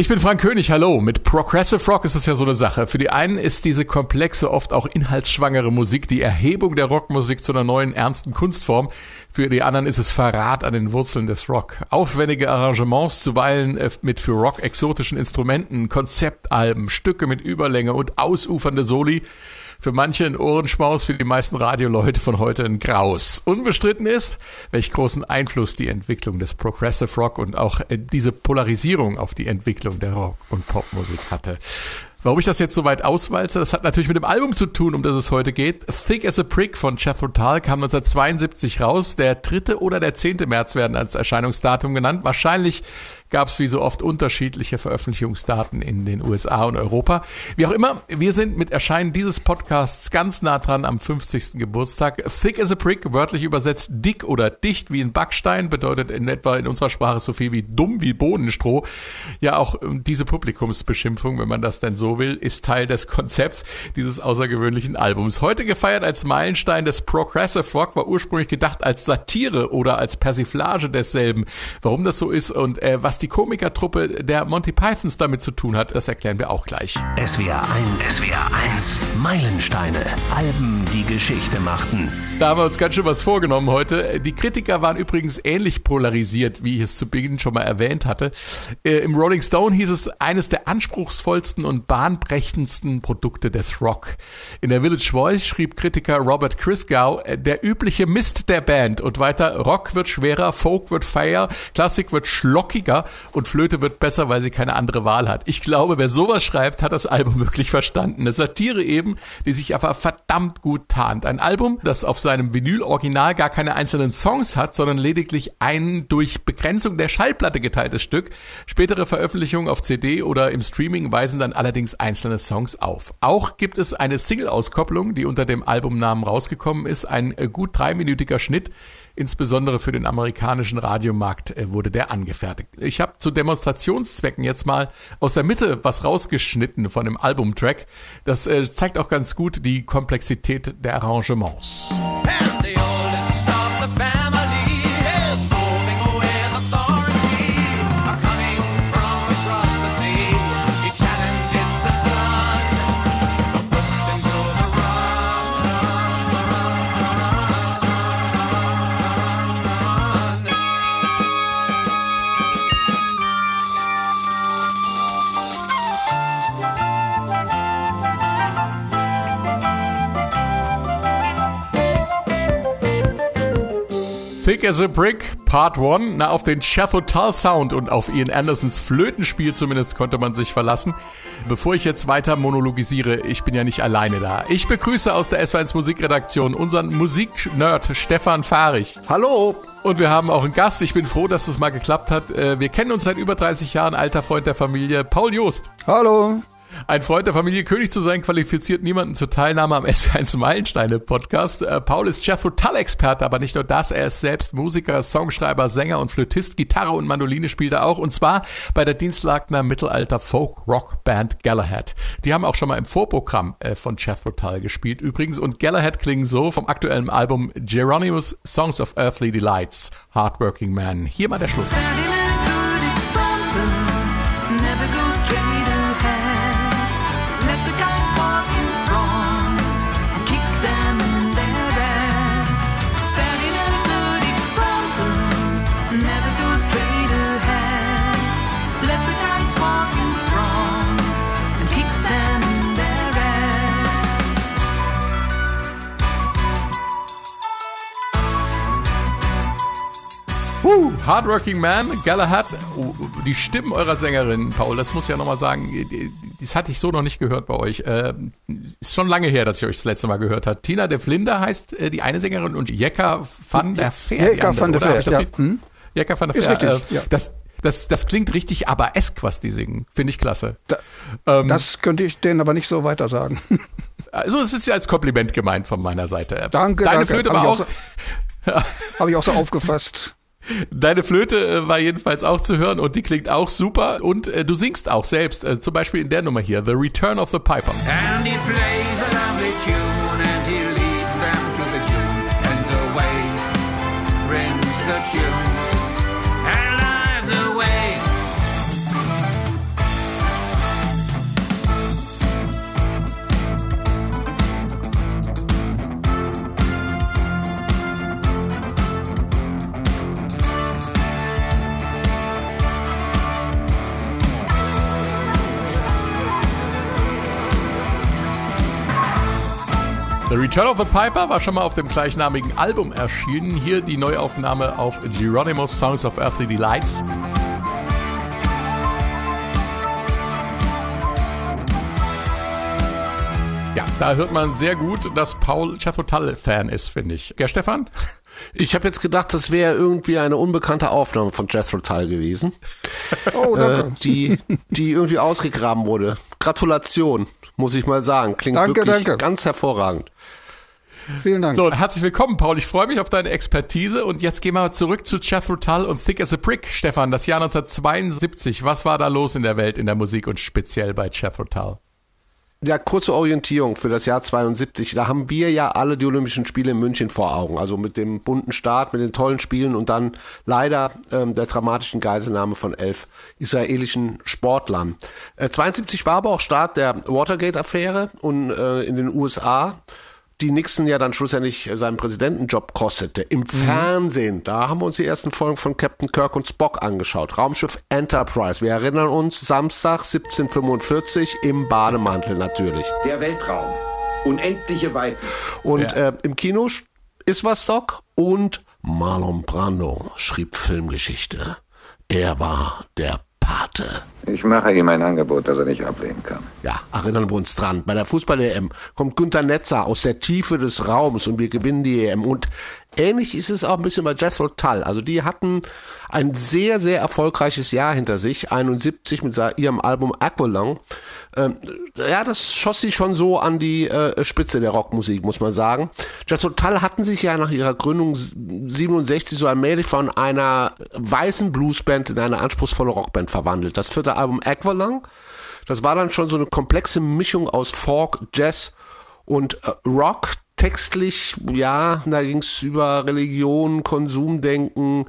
Ich bin Frank König, hallo. Mit Progressive Rock ist es ja so eine Sache. Für die einen ist diese komplexe, oft auch inhaltsschwangere Musik die Erhebung der Rockmusik zu einer neuen, ernsten Kunstform. Für die anderen ist es Verrat an den Wurzeln des Rock. Aufwendige Arrangements, zuweilen mit für Rock exotischen Instrumenten, Konzeptalben, Stücke mit Überlänge und ausufernde Soli. Für manche ein Ohrenschmaus, für die meisten Radioleute von heute ein Graus. Unbestritten ist, welch großen Einfluss die Entwicklung des Progressive Rock und auch diese Polarisierung auf die Entwicklung der Rock- und Popmusik hatte. Warum ich das jetzt so weit auswalze, das hat natürlich mit dem Album zu tun, um das es heute geht. Thick as a Prick von Jethro Tull kam 1972 raus. Der 3. oder der 10. März werden als Erscheinungsdatum genannt. Wahrscheinlich gab es wie so oft unterschiedliche Veröffentlichungsdaten in den USA und Europa. Wie auch immer, wir sind mit Erscheinen dieses Podcasts ganz nah dran am 50. Geburtstag. Thick as a Prick, wörtlich übersetzt dick oder dicht wie ein Backstein, bedeutet in etwa in unserer Sprache so viel wie dumm wie Bohnenstroh. Ja, auch diese Publikumsbeschimpfung, wenn man das denn so will, ist Teil des Konzepts dieses außergewöhnlichen Albums. Heute gefeiert als Meilenstein des Progressive Rock, war ursprünglich gedacht als Satire oder als Persiflage desselben. Warum das so ist und was die Komikertruppe der Monty Pythons damit zu tun hat, das erklären wir auch gleich. SWR 1, Meilensteine, Alben, die Geschichte machten. Da haben wir uns ganz schön was vorgenommen heute. Die Kritiker waren übrigens ähnlich polarisiert, wie ich es zu Beginn schon mal erwähnt hatte. Im Rolling Stone hieß es, eines der anspruchsvollsten und bahnbrechendsten Produkte des Rock. In der Village Voice schrieb Kritiker Robert Christgau, der übliche Mist der Band. Und weiter, Rock wird schwerer, Folk wird feier, Klassik wird schlockiger und Flöte wird besser, weil sie keine andere Wahl hat. Ich glaube, wer sowas schreibt, hat das Album wirklich verstanden. Eine Satire eben, die sich aber verdammt gut tarnt. Ein Album, das auf seinem Vinyl-Original gar keine einzelnen Songs hat, sondern lediglich ein durch Begrenzung der Schallplatte geteiltes Stück. Spätere Veröffentlichungen auf CD oder im Streaming weisen dann allerdings einzelne Songs auf. Auch gibt es eine Single-Auskopplung, die unter dem Albumnamen rausgekommen ist. Ein gut 3-minütiger Schnitt. Insbesondere für den amerikanischen Radiomarkt wurde der angefertigt. Ich habe zu Demonstrationszwecken jetzt mal aus der Mitte was rausgeschnitten von dem Albumtrack. Das zeigt auch ganz gut die Komplexität der Arrangements. Thick as a Brick, Part 1, auf den Jethro Tull Sound und auf Ian Andersons Flötenspiel zumindest konnte man sich verlassen. Bevor ich jetzt weiter monologisiere, ich bin ja nicht alleine da. Ich begrüße aus der SWR1 Musikredaktion unseren Musiknerd Stefan Fahrig. Hallo! Und wir haben auch einen Gast. Ich bin froh, dass es mal geklappt hat. Wir kennen uns seit über 30 Jahren, alter Freund der Familie, Paul Jost. Hallo! Ein Freund der Familie König zu sein, qualifiziert niemanden zur Teilnahme am SWR1 Meilensteine-Podcast. Paul ist Jethro Tull-Experte, aber nicht nur das, er ist selbst Musiker, Songschreiber, Sänger und Flötist, Gitarre und Mandoline spielt er auch, und zwar bei der Dienstlakener Mittelalter-Folk-Rock-Band Galahad. Die haben auch schon mal im Vorprogramm von Jethro Tull gespielt übrigens, und Galahad klingen so vom aktuellen Album Geronimus Songs of Earthly Delights, Hardworking Man. Hier mal der Schluss. Hardworking Man, Galahad, die Stimmen eurer Sängerin, Paul, das muss ich ja nochmal sagen, das hatte ich so noch nicht gehört bei euch. Ist schon lange her, dass ich euch das letzte Mal gehört habe. Tina de Vlinder heißt die eine Sängerin und Jekka van der Veer. Jekka van der Veer, ja. Jekka van der Veer. Ist richtig, ja. Das klingt richtig aber-esk, was die singen. Finde ich klasse. Das könnte ich denen aber nicht so weiter sagen. Also es ist ja als Kompliment gemeint von meiner Seite. Danke, Deine danke. Flöte war auch... Habe ich auch so aufgefasst. Deine Flöte war jedenfalls auch zu hören und die klingt auch super und du singst auch selbst, zum Beispiel in der Nummer hier, The Return of the Piper. And he plays a lovely tune and he leads them to the tune and the waves rings the tunes and lives away. The Return of the Piper war schon mal auf dem gleichnamigen Album erschienen. Hier die Neuaufnahme auf Geronimo's Songs of Earthly Delights. Ja, da hört man sehr gut, dass Paul Jethro Tull-Fan ist, finde ich. Ja, Stefan? Ich habe jetzt gedacht, das wäre irgendwie eine unbekannte Aufnahme von Jethro Tull gewesen. Oh, danke. Die irgendwie ausgegraben wurde. Gratulation, muss ich mal sagen. Klingt wirklich ganz hervorragend. Vielen Dank. So, herzlich willkommen, Paul. Ich freue mich auf deine Expertise. Und jetzt gehen wir zurück zu Jethro Tull und Thick as a Brick. Stefan, das Jahr 1972. Was war da los in der Welt, in der Musik und speziell bei Jethro Tull? Ja, kurze Orientierung für das Jahr 72. Da haben wir ja alle die Olympischen Spiele in München vor Augen. Also mit dem bunten Start, mit den tollen Spielen und dann leider der dramatischen Geiselnahme von 11 israelischen Sportlern. 72 war aber auch Start der Watergate-Affäre und in den USA, die Nixon ja dann schlussendlich seinen Präsidentenjob kostete. Im Fernsehen, da haben wir uns die ersten Folgen von Captain Kirk und Spock angeschaut. Raumschiff Enterprise, wir erinnern uns, Samstag 17:45 im Bademantel natürlich. Der Weltraum, unendliche Weiten. Und im Kino ist was, Doc, und Marlon Brando schrieb Filmgeschichte. Er war der Pate. Ich mache ihm ein Angebot, das er nicht ablehnen kann. Ja, erinnern wir uns dran. Bei der Fußball-EM kommt Günter Netzer aus der Tiefe des Raums und wir gewinnen die EM. Und ähnlich ist es auch ein bisschen bei Jethro Tull. Also die hatten ein sehr, sehr erfolgreiches Jahr hinter sich. 71 mit ihrem Album Aqualung. Ja, das schoss sie schon so an die Spitze der Rockmusik, muss man sagen. Jethro Tull hatten sich ja nach ihrer Gründung 67 so allmählich von einer weißen Bluesband in eine anspruchsvolle Rockband verwandelt. Das vierte Album Aqualung, das war dann schon so eine komplexe Mischung aus Folk, Jazz und Rock. Textlich, ja, da ging es über Religion, Konsumdenken,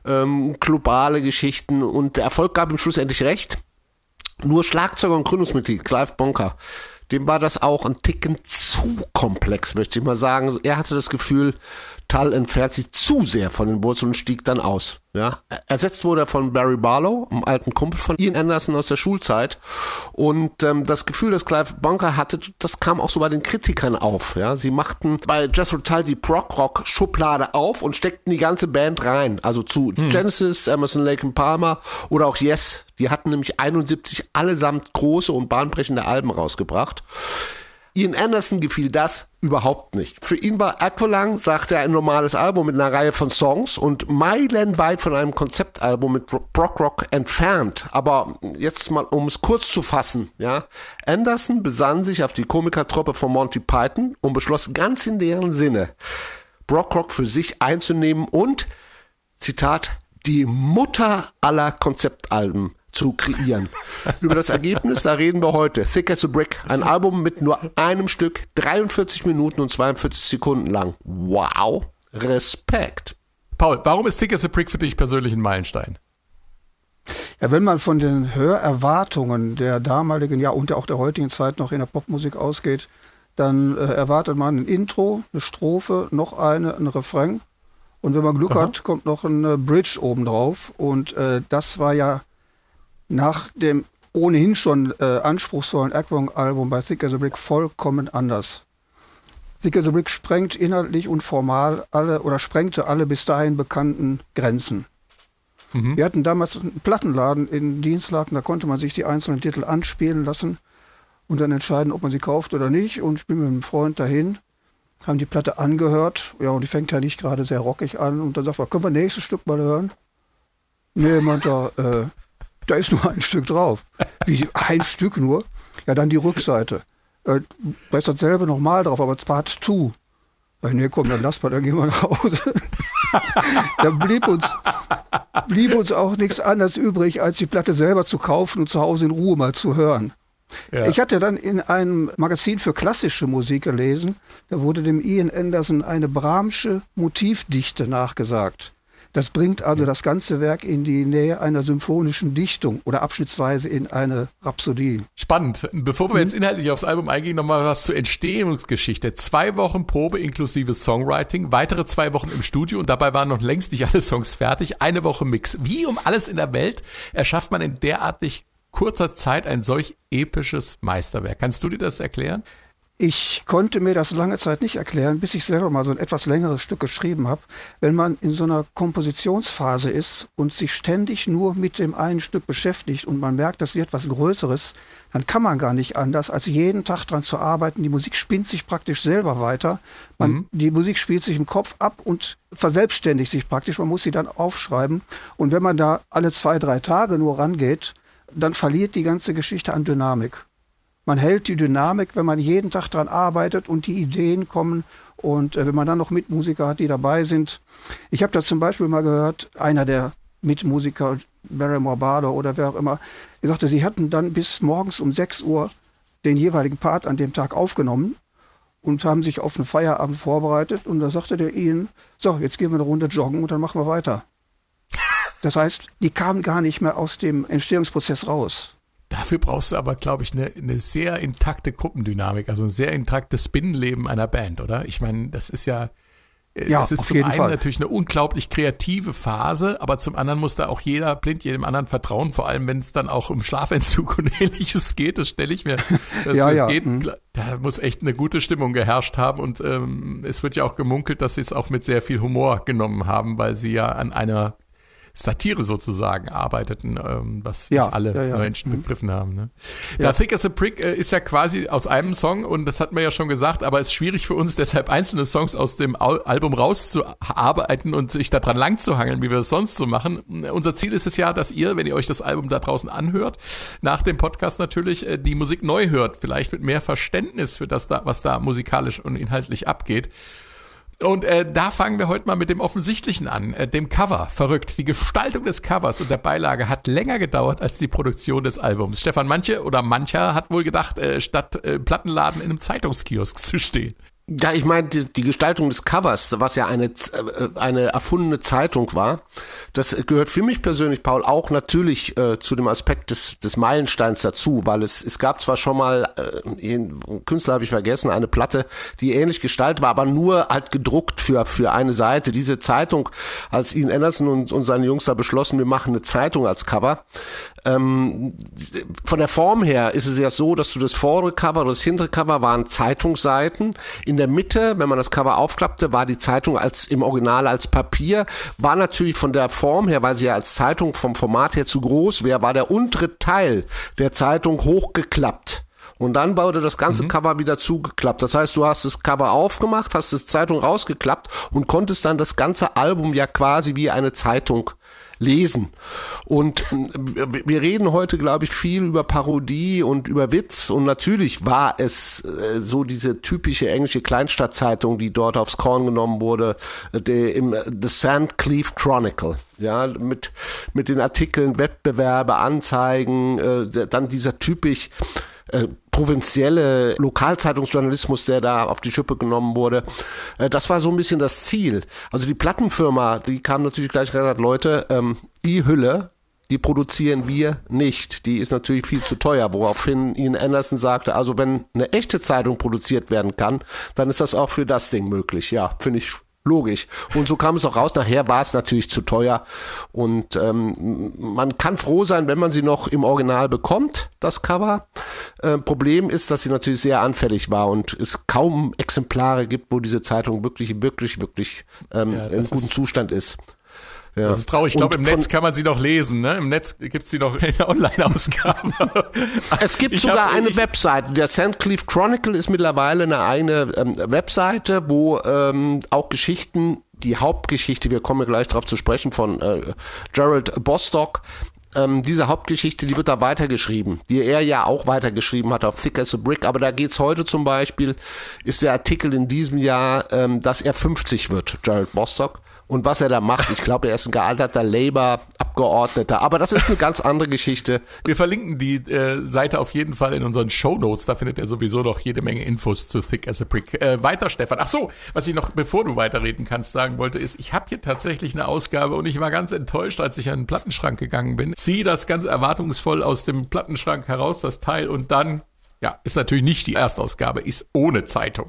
globale Geschichten und der Erfolg gab ihm schlussendlich recht. Nur Schlagzeuger und Gründungsmitglied Clive Bunker, dem war das auch ein Ticken zu komplex, möchte ich mal sagen. Er hatte das Gefühl, Tull entfernt sich zu sehr von den Wurzeln und stieg dann aus. Ja, ersetzt wurde er von Barry Barlow, einem alten Kumpel von Ian Anderson aus der Schulzeit. Und das Gefühl, das Clive Bunker hatte, das kam auch so bei den Kritikern auf. Ja, sie machten bei Jethro Tull die Prog-Rock-Schublade auf und steckten die ganze Band rein. Also zu Genesis, Emerson, Lake and Palmer oder auch Yes. Die hatten nämlich 71 allesamt große und bahnbrechende Alben rausgebracht. Ian Anderson gefiel das überhaupt nicht. Für ihn war Aqualung, sagte er, ein normales Album mit einer Reihe von Songs und meilenweit von einem Konzeptalbum mit Prog-Rock entfernt. Aber jetzt mal, um es kurz zu fassen, ja. Anderson besann sich auf die Komikertruppe von Monty Python und beschloss ganz in deren Sinne, Prog-Rock für sich einzunehmen und, Zitat, die Mutter aller Konzeptalben zu kreieren. Über das Ergebnis, da reden wir heute. Thick as a Brick, ein Album mit nur einem Stück, 43 Minuten und 42 Sekunden lang. Wow, Respekt. Paul, warum ist Thick as a Brick für dich persönlich ein Meilenstein? Ja, wenn man von den Hörerwartungen der damaligen, ja und auch der heutigen Zeit noch in der Popmusik ausgeht, dann erwartet man ein Intro, eine Strophe, noch ein Refrain und wenn man Glück hat, kommt noch ein Bridge obendrauf und das war ja nach dem ohnehin schon anspruchsvollen Aqualung-Album bei Thick as a Brick vollkommen anders. Thick as a Brick sprengt inhaltlich und formal sprengte alle bis dahin bekannten Grenzen. Wir hatten damals einen Plattenladen in Dienstlaken, da konnte man sich die einzelnen Titel anspielen lassen und dann entscheiden, ob man sie kauft oder nicht. Und ich bin mit einem Freund dahin, haben die Platte angehört, ja, und die fängt ja nicht gerade sehr rockig an. Und dann sagt man, können wir nächstes Stück mal hören? Nee, meint er, da ist nur ein Stück drauf. Wie, ein Stück nur? Ja, dann die Rückseite. Da ist dasselbe nochmal drauf, aber Part 2. Nee, komm, dann lass mal, dann gehen wir nach Hause. Da blieb uns auch nichts anderes übrig, als die Platte selber zu kaufen und zu Hause in Ruhe mal zu hören. Ja. Ich hatte dann in einem Magazin für klassische Musik gelesen, da wurde dem Ian Anderson eine Brahmsche Motivdichte nachgesagt. Das bringt also das ganze Werk in die Nähe einer symphonischen Dichtung oder abschnittsweise in eine Rhapsodie. Spannend. Bevor wir jetzt inhaltlich aufs Album eingehen, nochmal was zur Entstehungsgeschichte. 2 Wochen Probe inklusive Songwriting, weitere 2 Wochen im Studio und dabei waren noch längst nicht alle Songs fertig. 1 Woche Mix. Wie um alles in der Welt erschafft man in derartig kurzer Zeit ein solch episches Meisterwerk? Kannst du dir das erklären? Ich konnte mir das lange Zeit nicht erklären, bis ich selber mal so ein etwas längeres Stück geschrieben habe. Wenn man in so einer Kompositionsphase ist und sich ständig nur mit dem einen Stück beschäftigt und man merkt, das wird was Größeres, dann kann man gar nicht anders, als jeden Tag dran zu arbeiten. Die Musik spinnt sich praktisch selber weiter. Die Musik spielt sich im Kopf ab und verselbstständigt sich praktisch. Man muss sie dann aufschreiben. Und wenn man da alle 2, 3 Tage nur rangeht, dann verliert die ganze Geschichte an Dynamik. Man hält die Dynamik, wenn man jeden Tag dran arbeitet und die Ideen kommen und wenn man dann noch Mitmusiker hat, die dabei sind. Ich habe da zum Beispiel mal gehört, einer der Mitmusiker, Barrymore Bardo oder wer auch immer, er sagte, sie hatten dann bis morgens um 6 Uhr den jeweiligen Part an dem Tag aufgenommen und haben sich auf einen Feierabend vorbereitet und da sagte der Ian, so, jetzt gehen wir eine Runde joggen und dann machen wir weiter. Das heißt, die kamen gar nicht mehr aus dem Entstehungsprozess raus. Dafür brauchst du aber, glaube ich, eine sehr intakte Gruppendynamik, also ein sehr intaktes Binnenleben einer Band, oder? Ich meine, das ist das ist zum einen natürlich eine unglaublich kreative Phase, aber zum anderen muss da auch jeder blind jedem anderen vertrauen, vor allem wenn es dann auch um Schlafentzug und Ähnliches geht, das stelle ich mir, geht. Da muss echt eine gute Stimmung geherrscht haben und es wird ja auch gemunkelt, dass sie es auch mit sehr viel Humor genommen haben, weil sie ja an einer Satire sozusagen arbeiteten, was nicht alle Menschen begriffen haben. Ne? Ja, Thick as a Brick ist ja quasi aus einem Song und das hatten wir ja schon gesagt, aber es ist schwierig für uns, deshalb einzelne Songs aus dem Album rauszuarbeiten und sich daran lang zu hangeln, wie wir es sonst so machen. Unser Ziel ist es ja, dass ihr, wenn ihr euch das Album da draußen anhört, nach dem Podcast natürlich die Musik neu hört, vielleicht mit mehr Verständnis für das, was da musikalisch und inhaltlich abgeht. Und da fangen wir heute mal mit dem Offensichtlichen an, dem Cover. Verrückt. Die Gestaltung des Covers und der Beilage hat länger gedauert als die Produktion des Albums. Stefan, mancher hat wohl gedacht, statt Plattenladen in einem Zeitungskiosk zu stehen. Ja, ich meine, die Gestaltung des Covers, was ja eine erfundene Zeitung war, das gehört für mich persönlich, Paul, auch natürlich zu dem Aspekt des Meilensteins dazu, weil es gab zwar schon mal, Künstler habe ich vergessen, eine Platte, die ähnlich gestaltet war, aber nur halt gedruckt für eine Seite. Diese Zeitung, als Ian Anderson und seine Jungs da beschlossen, wir machen eine Zeitung als Cover, von der Form her ist es ja so, dass du das vordere Cover oder das hintere Cover waren Zeitungsseiten. In der Mitte, wenn man das Cover aufklappte, war die Zeitung im Original als Papier. War natürlich von der Form her, weil sie ja als Zeitung vom Format her zu groß wäre, war der untere Teil der Zeitung hochgeklappt. Und dann wurde das ganze Cover wieder zugeklappt. Das heißt, du hast das Cover aufgemacht, hast das Zeitung rausgeklappt und konntest dann das ganze Album ja quasi wie eine Zeitung lesen. Und wir reden heute, glaube ich, viel über Parodie und über Witz und natürlich war es so diese typische englische Kleinstadtzeitung, die dort aufs Korn genommen wurde, The Sandcliffe Chronicle. Ja, mit den Artikeln, Wettbewerbe, Anzeigen, dann dieser typisch provinzielle Lokalzeitungsjournalismus, der da auf die Schippe genommen wurde. Das war so ein bisschen das Ziel. Also die Plattenfirma, die kam natürlich gleich gesagt, Leute, die Hülle, die produzieren wir nicht. Die ist natürlich viel zu teuer, woraufhin Ian Anderson sagte, also wenn eine echte Zeitung produziert werden kann, dann ist das auch für das Ding möglich. Ja, finde ich logisch. Und so kam es auch raus. Nachher war es natürlich zu teuer. Und man kann froh sein, wenn man sie noch im Original bekommt, das Cover. Problem ist, dass sie natürlich sehr anfällig war und es kaum Exemplare gibt, wo diese Zeitung wirklich in gutem Zustand ist. Ja. Das ist traurig. Ich glaube, im Netz kann man sie noch lesen. Ne? Im Netz gibt es sie noch in der Online-Ausgabe. Es gibt sogar eine Webseite. Der Sandcliffe Chronicle ist mittlerweile eine eigene Webseite, wo auch Geschichten, die Hauptgeschichte, wir kommen gleich darauf zu sprechen, von Gerald Bostock, diese Hauptgeschichte, die wird da weitergeschrieben, die er ja auch weitergeschrieben hat auf Thick as a Brick, aber da geht's heute zum Beispiel, ist der Artikel in diesem Jahr, dass er 50 wird, Gerald Bostock. Und was er da macht, ich glaube, er ist ein gealterter Labour-Abgeordneter, aber das ist eine ganz andere Geschichte. Wir verlinken die Seite auf jeden Fall in unseren Shownotes, da findet ihr sowieso noch jede Menge Infos zu Thick as a Brick. Weiter, Stefan. Ach so, was ich noch, bevor du weiterreden kannst, sagen wollte, ist, ich habe hier tatsächlich eine Ausgabe und ich war ganz enttäuscht, als ich an den Plattenschrank gegangen bin. Ziehe das ganz erwartungsvoll aus dem Plattenschrank heraus, das Teil, und dann, ja, ist natürlich nicht die Erstausgabe, ist ohne Zeitung.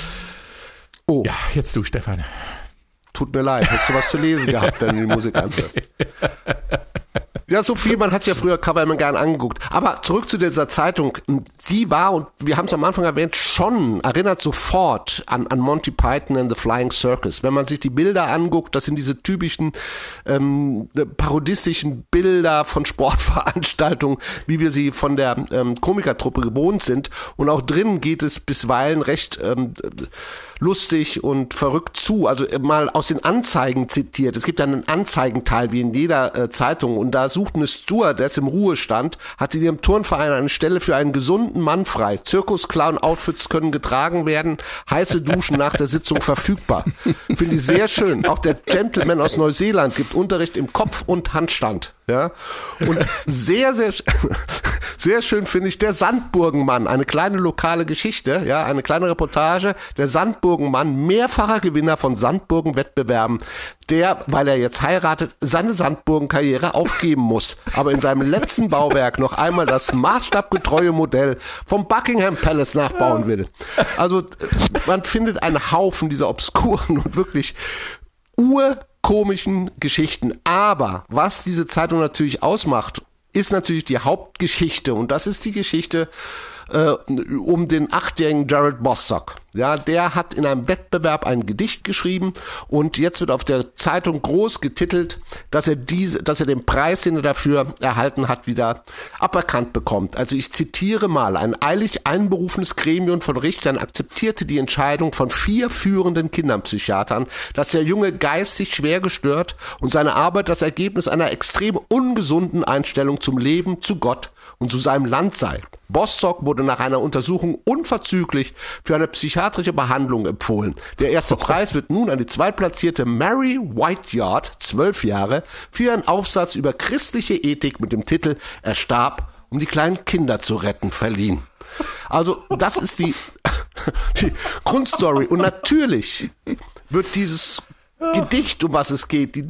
Oh. Ja, jetzt du, Stefan. Tut mir leid, hättest du was zu lesen gehabt, wenn du die Musik anhörst. Ja, so viel, man hat ja früher Cover immer gern angeguckt. Aber zurück zu dieser Zeitung. Die war, und wir haben es am Anfang erwähnt, schon erinnert sofort an Monty Python and the Flying Circus. Wenn man sich die Bilder anguckt, das sind diese typischen parodistischen Bilder von Sportveranstaltungen, wie wir sie von der Komikertruppe gewohnt sind. Und auch drinnen geht es bisweilen recht lustig und verrückt zu. Also mal aus den Anzeigen zitiert. Es gibt einen Anzeigenteil wie in jeder Zeitung und da sucht eine Stewardess im Ruhestand, hat in ihrem Turnverein eine Stelle für einen gesunden Mann frei. Zirkus-Clown-Outfits können getragen werden, heiße Duschen nach der Sitzung verfügbar. Finde ich sehr schön. Auch der Gentleman aus Neuseeland gibt Unterricht im Kopf- und Handstand. Ja, und sehr, sehr, sehr schön finde ich der Sandburgenmann, eine kleine lokale Geschichte, ja, eine kleine Reportage. Der Sandburgenmann, mehrfacher Gewinner von Sandburgen-Wettbewerben, der, weil er jetzt heiratet, seine Sandburgenkarriere aufgeben muss, aber in seinem letzten Bauwerk noch einmal das maßstabgetreue Modell vom Buckingham Palace nachbauen will. Also man findet einen Haufen dieser obskuren und wirklich urkomischen Geschichten. Aber was diese Zeitung natürlich ausmacht, ist natürlich die Hauptgeschichte. Und das ist die Geschichte um den 8-jährigen Jared Bostock. Ja, der hat in einem Wettbewerb ein Gedicht geschrieben und jetzt wird auf der Zeitung groß getitelt, dass er den Preis, den er dafür erhalten hat, wieder aberkannt bekommt. Also ich zitiere mal: Ein eilig einberufenes Gremium von Richtern akzeptierte die Entscheidung von 4 führenden Kinderpsychiatern, dass der Junge geistig schwer gestört und seine Arbeit das Ergebnis einer extrem ungesunden Einstellung zum Leben, zu Gott und zu seinem Land sei. Bostock wurde nach einer Untersuchung unverzüglich für eine psychiatrische Behandlung empfohlen. Der erste Preis wird nun an die zweitplatzierte Mary Whiteyard, 12 Jahre, für ihren Aufsatz über christliche Ethik mit dem Titel "Er starb, um die kleinen Kinder zu retten" verliehen. Also das ist die Grundstory. Und natürlich wird dieses Gedicht, um was es geht,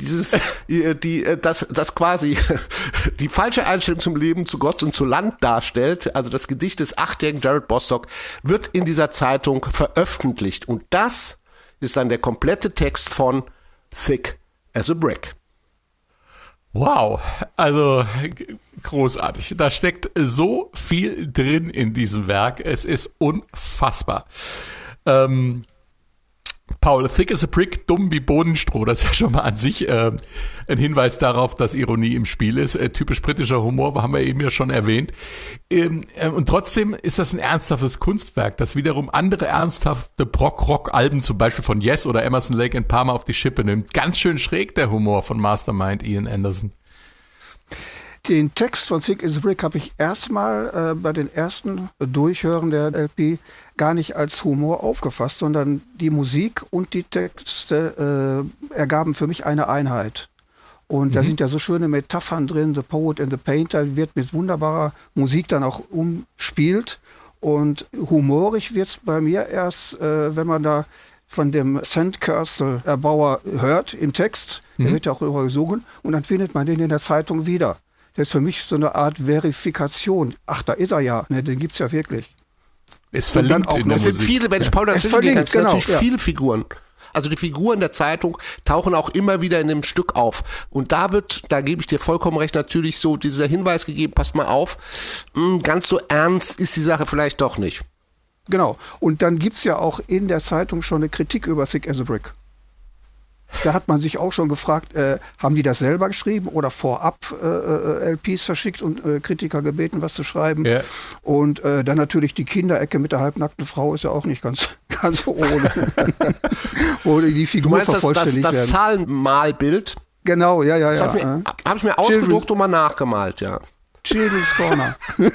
das quasi die falsche Einstellung zum Leben, zu Gott und zu Land darstellt, also das Gedicht des 8-jährigen Jared Bostock, wird in dieser Zeitung veröffentlicht. Und das ist dann der komplette Text von Thick as a Brick. Wow, also großartig. Da steckt so viel drin in diesem Werk. Es ist unfassbar. Paul, thick as a brick, dumm wie Bohnenstroh, das ist ja schon mal an sich ein Hinweis darauf, dass Ironie im Spiel ist. Typisch britischer Humor, haben wir eben ja schon erwähnt. Und trotzdem ist das ein ernsthaftes Kunstwerk, das wiederum andere ernsthafte Prog-Rock-Alben, zum Beispiel von Yes oder Emerson, Lake and Palmer, auf die Schippe nimmt. Ganz schön schräg der Humor von Mastermind Ian Anderson. Den Text von Thick as a Brick habe ich erstmal bei den ersten Durchhören der LP gar nicht als Humor aufgefasst, sondern die Musik und die Texte ergaben für mich eine Einheit. Und da sind ja so schöne Metaphern drin. The Poet and the Painter wird mit wunderbarer Musik dann auch umspielt. Und humorig wird es bei mir erst, wenn man da von dem Sandcastle-Erbauer hört im Text. Der wird ja auch immer gesungen. Und dann findet man den in der Zeitung wieder. Das ist für mich so eine Art Verifikation. Ach, da ist er ja. Ne, den gibt's ja wirklich. Es verlinkt in der Es sind Musik. viele, Mensch, Paul, das sind natürlich viele Figuren. Also die Figuren der Zeitung tauchen auch immer wieder in dem Stück auf. Und da gebe ich dir vollkommen recht, natürlich so dieser Hinweis gegeben, passt mal auf, ganz so ernst ist die Sache vielleicht doch nicht. Genau. Und dann gibt's ja auch in der Zeitung schon eine Kritik über Thick as a Brick. Da hat man sich auch schon gefragt, haben die das selber geschrieben oder vorab LPs verschickt und Kritiker gebeten, was zu schreiben. Ja. Und dann natürlich die Kinderecke mit der halbnackten Frau ist ja auch nicht ganz ohne. Oder die Figur vervollständigt werden. Das Zahlenmalbild. Genau, ja. Das habe ich mir ausgedruckt und mal nachgemalt, ja. Children's Corner.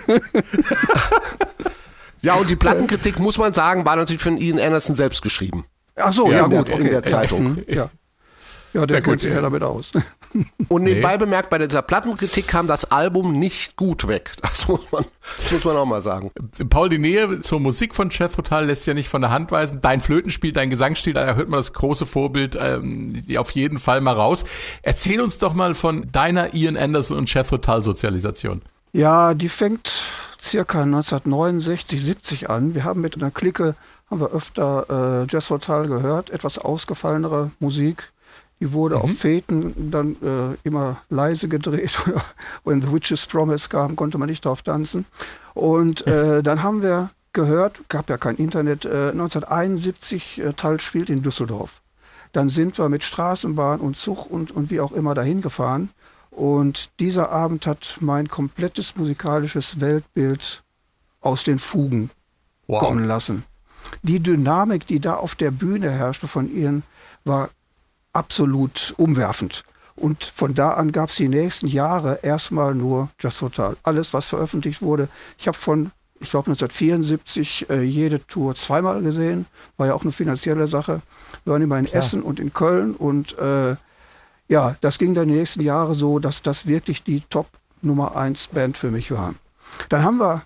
Ja, und die Plattenkritik, muss man sagen, war natürlich von Ian Anderson selbst geschrieben. Ach so, ja gut. In der Zeitung. Ja, der kennt sich ja damit aus. Und nebenbei bemerkt, bei dieser Plattenkritik kam das Album nicht gut weg. Das muss man auch mal sagen. Paul, die Nähe zur Musik von Jethro Tull lässt ja nicht von der Hand weisen. Dein Flötenspiel, dein Gesangsstil, da hört man das große Vorbild auf jeden Fall mal raus. Erzähl uns doch mal von deiner Ian Anderson und Jethro Tull Sozialisation. Ja, die fängt circa 1969, 70 an. Wir haben mit einer Clique öfter Jethro Tull gehört, etwas ausgefallenere Musik. Die wurde auf Feten dann immer leise gedreht. When the Witch's Promise kam, konnte man nicht drauf tanzen. Und dann haben wir gehört, gab ja kein Internet, 1971 Tull spielt in Düsseldorf. Dann sind wir mit Straßenbahn und Zug und wie auch immer dahin gefahren. Und dieser Abend hat mein komplettes musikalisches Weltbild aus den Fugen kommen lassen. Die Dynamik, die da auf der Bühne herrschte von ihnen, war absolut umwerfend. Und von da an gab es die nächsten Jahre erstmal nur Jethro Tull. Alles, was veröffentlicht wurde. Ich habe ich glaube 1974 jede Tour zweimal gesehen. War ja auch eine finanzielle Sache. Wir waren immer in Essen und in Köln. Und das ging dann die nächsten Jahre so, dass das wirklich die Top Nummer 1 Band für mich war. Dann haben wir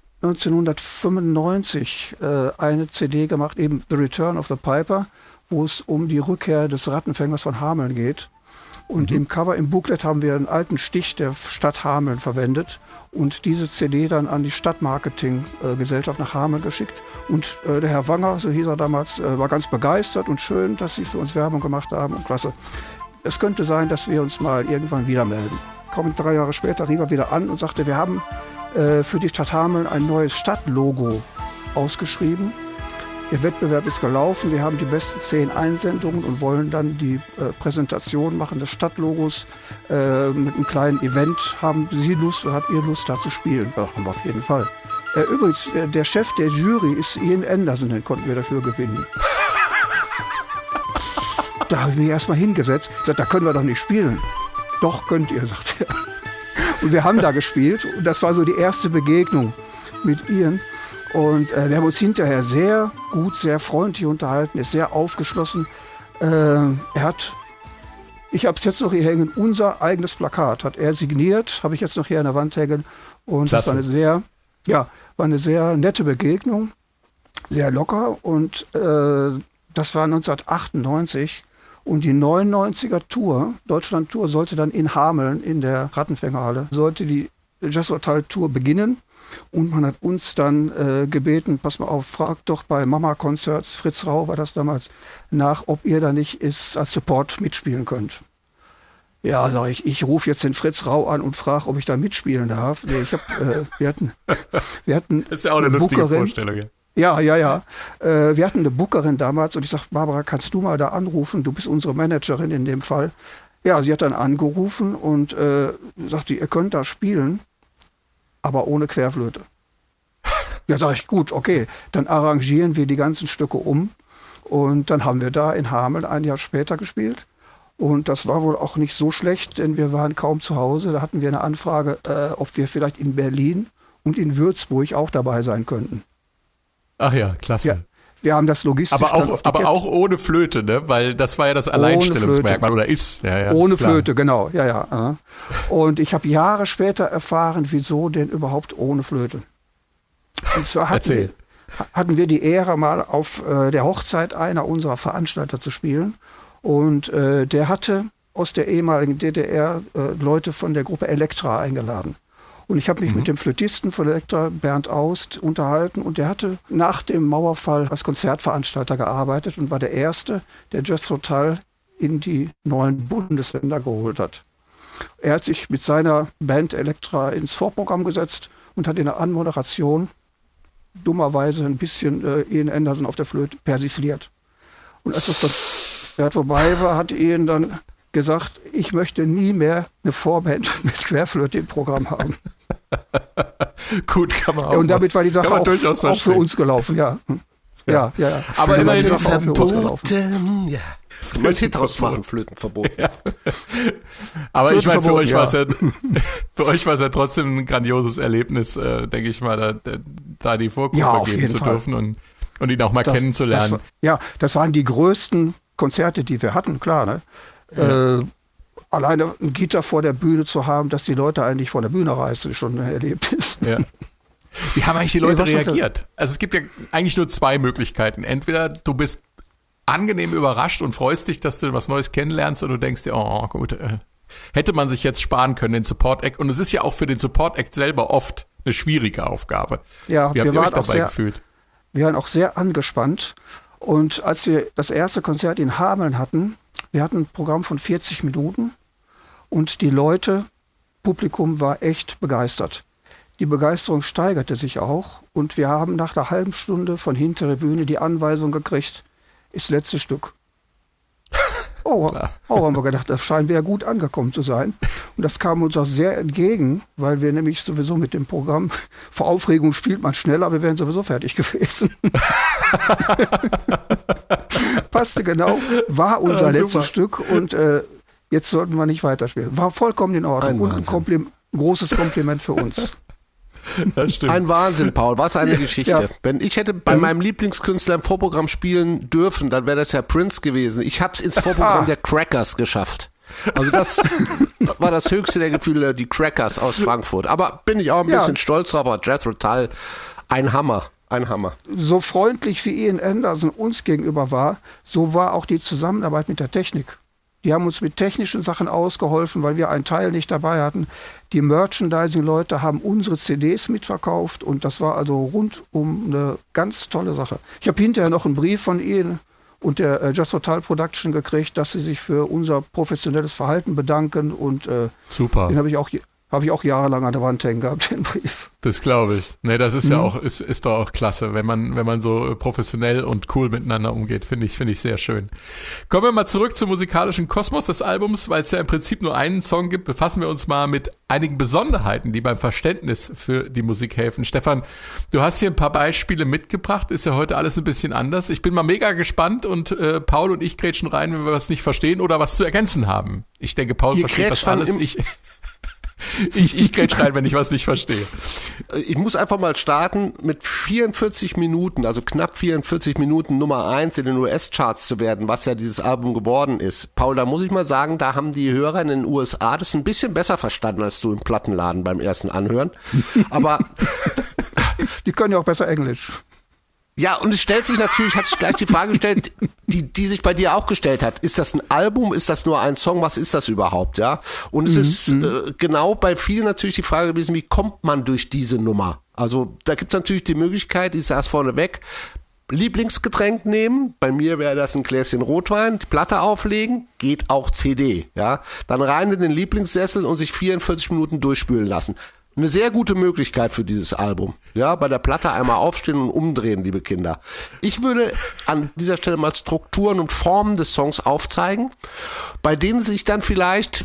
1995 eine CD gemacht, eben The Return of the Piper, wo es um die Rückkehr des Rattenfängers von Hameln geht. Und im Cover, im Booklet haben wir einen alten Stich der Stadt Hameln verwendet und diese CD dann an die Stadtmarketing-Gesellschaft nach Hameln geschickt. Und der Herr Wanger, so hieß er damals, war ganz begeistert und schön, dass sie für uns Werbung gemacht haben und klasse. Es könnte sein, dass wir uns mal irgendwann wieder melden. Kaum 3 Jahre später rief er wieder an und sagte, wir haben für die Stadt Hameln ein neues Stadtlogo ausgeschrieben. Der Wettbewerb ist gelaufen, wir haben die besten 10 Einsendungen und wollen dann die Präsentation machen des Stadtlogos mit einem kleinen Event. Haben Sie Lust oder habt ihr Lust, da zu spielen? Ja, haben wir auf jeden Fall. Übrigens, der Chef der Jury ist Ian Anderson, den konnten wir dafür gewinnen. Da habe ich mich erstmal hingesetzt, gesagt, da können wir doch nicht spielen. Doch, könnt ihr, sagt er. Und wir haben da gespielt und das war so die erste Begegnung mit Ian. Und wir haben uns hinterher sehr gut, sehr freundlich unterhalten, ist sehr aufgeschlossen. Ich habe es jetzt noch hier hängen, unser eigenes Plakat hat er signiert, habe ich jetzt noch hier an der Wand hängen. Und das war eine sehr nette Begegnung, sehr locker. Und das war 1998 und die 99er Tour, Deutschland-Tour, sollte dann in Hameln in der Rattenfängerhalle, sollte die Jethro Tull Tour beginnen. Und man hat uns dann gebeten, pass mal auf, fragt doch bei Mama Concerts, Fritz Rau war das damals, nach, ob ihr da nicht als Support mitspielen könnt. Ja, sag ich rufe jetzt den Fritz Rau an und frage, ob ich da mitspielen darf. Nee, wir hatten das ist ja auch eine lustige Vorstellung. Ja. Wir hatten eine Bookerin damals und ich sage, Barbara, kannst du mal da anrufen? Du bist unsere Managerin in dem Fall. Ja, sie hat dann angerufen und sagte, ihr könnt da spielen, aber ohne Querflöte. Ja, sage ich, gut, okay, dann arrangieren wir die ganzen Stücke um. Und dann haben wir da in Hameln ein Jahr später gespielt. Und das war wohl auch nicht so schlecht, denn wir waren kaum zu Hause. Da hatten wir eine Anfrage, ob wir vielleicht in Berlin und in Würzburg auch dabei sein könnten. Ach ja, klasse. Ja, wir haben das logistisch. Aber auch ohne Flöte, ne? Weil das war ja das Alleinstellungsmerkmal oder ist. Ja, ohne ist Flöte, genau. Ja. Und ich habe Jahre später erfahren, wieso denn überhaupt ohne Flöte. Und zwar hatten wir die Ehre, mal auf der Hochzeit einer unserer Veranstalter zu spielen. Und der hatte aus der ehemaligen DDR Leute von der Gruppe Elektra eingeladen. Und ich habe mich mit dem Flötisten von Elektra, Bernd Aust, unterhalten. Und der hatte nach dem Mauerfall als Konzertveranstalter gearbeitet und war der Erste, der Jethro Tull in die neuen Bundesländer geholt hat. Er hat sich mit seiner Band Elektra ins Vorprogramm gesetzt und hat in der Anmoderation dummerweise ein bisschen Ian Anderson auf der Flöte persifliert. Und als das dann vorbei war, hat Ian dann gesagt, ich möchte nie mehr eine Vorband mit Querflöte im Programm haben. Gut, kann man auch. Und damit war die Sache auch für uns gelaufen, ja. Ja. Aber immerhin verboten, ja. Du meinst Hit machen, Flötenverbot. Ja. Aber ich meine, für euch war es ja trotzdem ein grandioses Erlebnis, denke ich mal, da die Vorgruppe geben zu dürfen und ihn auch mal kennenzulernen. Das waren die größten Konzerte, die wir hatten, klar, ne? Ja. Alleine ein Gitter vor der Bühne zu haben, dass die Leute eigentlich von der Bühne reißen, ist schon ein Erlebnis. Ja. Wie haben eigentlich die Leute reagiert? Also es gibt ja eigentlich nur 2 Möglichkeiten. Entweder du bist angenehm überrascht und freust dich, dass du was Neues kennenlernst und du denkst dir, oh gut, hätte man sich jetzt sparen können, den Support-Act. Und es ist ja auch für den Support-Act selber oft eine schwierige Aufgabe. Ja, wie habt ihr euch dabei gefühlt? Wir waren auch sehr angespannt. Und als wir das erste Konzert in Hameln hatten, Wir hatten ein Programm von 40 Minuten und die Leute, Publikum war echt begeistert. Die Begeisterung steigerte sich auch und wir haben nach einer halben Stunde von hinter der Bühne die Anweisung gekriegt, ist letztes Stück. Haben wir gedacht, das scheint ja gut angekommen zu sein. Und das kam uns auch sehr entgegen, weil wir nämlich sowieso mit dem Programm, vor Aufregung spielt man schneller, wir wären sowieso fertig gewesen. Passte genau, war unser letztes Stück und jetzt sollten wir nicht weiterspielen. War vollkommen in Ordnung und ein großes Kompliment für uns. Das stimmt. Ein Wahnsinn, Paul. Was eine Geschichte. Ja. Wenn ich hätte bei meinem Lieblingskünstler im Vorprogramm spielen dürfen, dann wäre das ja Prince gewesen. Ich habe es ins Vorprogramm der Crackers geschafft. Also das war das höchste der Gefühle, die Crackers aus Frankfurt. Aber bin ich auch ein bisschen stolz drauf, aber Jethro Tull, ein Hammer. Ein Hammer. So freundlich wie Ian Anderson uns gegenüber war, so war auch die Zusammenarbeit mit der Technik. Die haben uns mit technischen Sachen ausgeholfen, weil wir einen Teil nicht dabei hatten. Die Merchandising-Leute haben unsere CDs mitverkauft und das war also rundum eine ganz tolle Sache. Ich habe hinterher noch einen Brief von Ihnen und der Jethro Tull Production gekriegt, dass sie sich für unser professionelles Verhalten bedanken und super. Den habe ich auch jahrelang an der Wand hängen gehabt, den Brief. Das glaube ich. Nee, das ist ja auch, ist doch auch klasse, wenn man so professionell und cool miteinander umgeht, finde ich sehr schön. Kommen wir mal zurück zum musikalischen Kosmos des Albums, weil es ja im Prinzip nur einen Song gibt, befassen wir uns mal mit einigen Besonderheiten, die beim Verständnis für die Musik helfen. Stefan, du hast hier ein paar Beispiele mitgebracht, ist ja heute alles ein bisschen anders. Ich bin mal mega gespannt und Paul und ich grätschen rein, wenn wir was nicht verstehen oder was zu ergänzen haben. Ich denke, Paul versteht das alles. Ich grätsch rein, wenn ich was nicht verstehe. Ich muss einfach mal starten, mit 44 Minuten, also knapp 44 Minuten Nummer 1 in den US-Charts zu werden, was ja dieses Album geworden ist. Paul, da muss ich mal sagen, da haben die Hörer in den USA das ein bisschen besser verstanden als du im Plattenladen beim ersten Anhören. Aber die können ja auch besser Englisch. Ja, und es stellt sich natürlich, hat sich gleich die Frage gestellt, die sich bei dir auch gestellt hat. Ist das ein Album? Ist das nur ein Song? Was ist das überhaupt? Ja. Und es ist genau bei vielen natürlich die Frage gewesen, wie kommt man durch diese Nummer? Also da gibt es natürlich die Möglichkeit, ich saß vorneweg, Lieblingsgetränk nehmen. Bei mir wäre das ein Gläschen Rotwein, die Platte auflegen, geht auch CD. Ja. Dann rein in den Lieblingssessel und sich 44 Minuten durchspülen lassen. Eine sehr gute Möglichkeit für dieses Album. Ja, bei der Platte einmal aufstehen und umdrehen, liebe Kinder. Ich würde an dieser Stelle mal Strukturen und Formen des Songs aufzeigen, bei denen sich dann vielleicht